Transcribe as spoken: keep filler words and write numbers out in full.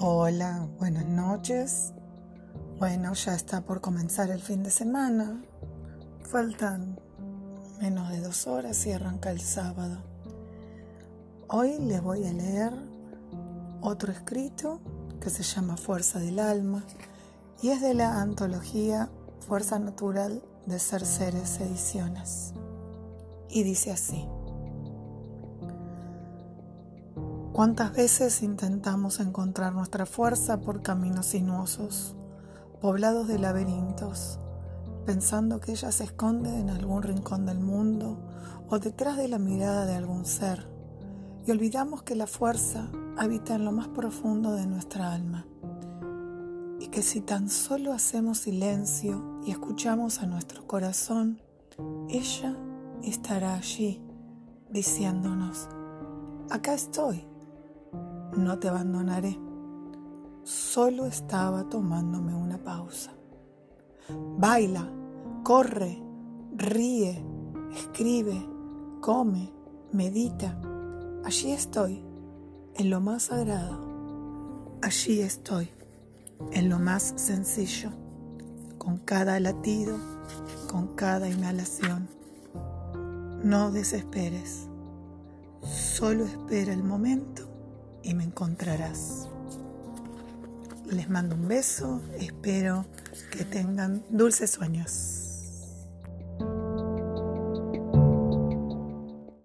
Hola, buenas noches. Bueno, ya está por comenzar el fin de semana. Faltan menos de dos horas y arranca el sábado. Hoy les voy a leer otro escrito que se llama Fuerza del Alma y es de la antología Fuerza Natural de Cerceres Ediciones. Y dice así: ¿cuántas veces intentamos encontrar nuestra fuerza por caminos sinuosos, poblados de laberintos, pensando que ella se esconde en algún rincón del mundo o detrás de la mirada de algún ser, y olvidamos que la fuerza habita en lo más profundo de nuestra alma, y que si tan solo hacemos silencio y escuchamos a nuestro corazón, ella estará allí, diciéndonos: acá estoy, no te abandonaré, solo estaba tomándome una pausa. Baila, corre, ríe, escribe, come, medita. Allí estoy, en lo más sagrado. Allí estoy, en lo más sencillo, con cada latido, con cada inhalación. No desesperes, solo espera el momento y me encontrarás. Les mando un beso, espero que tengan dulces sueños.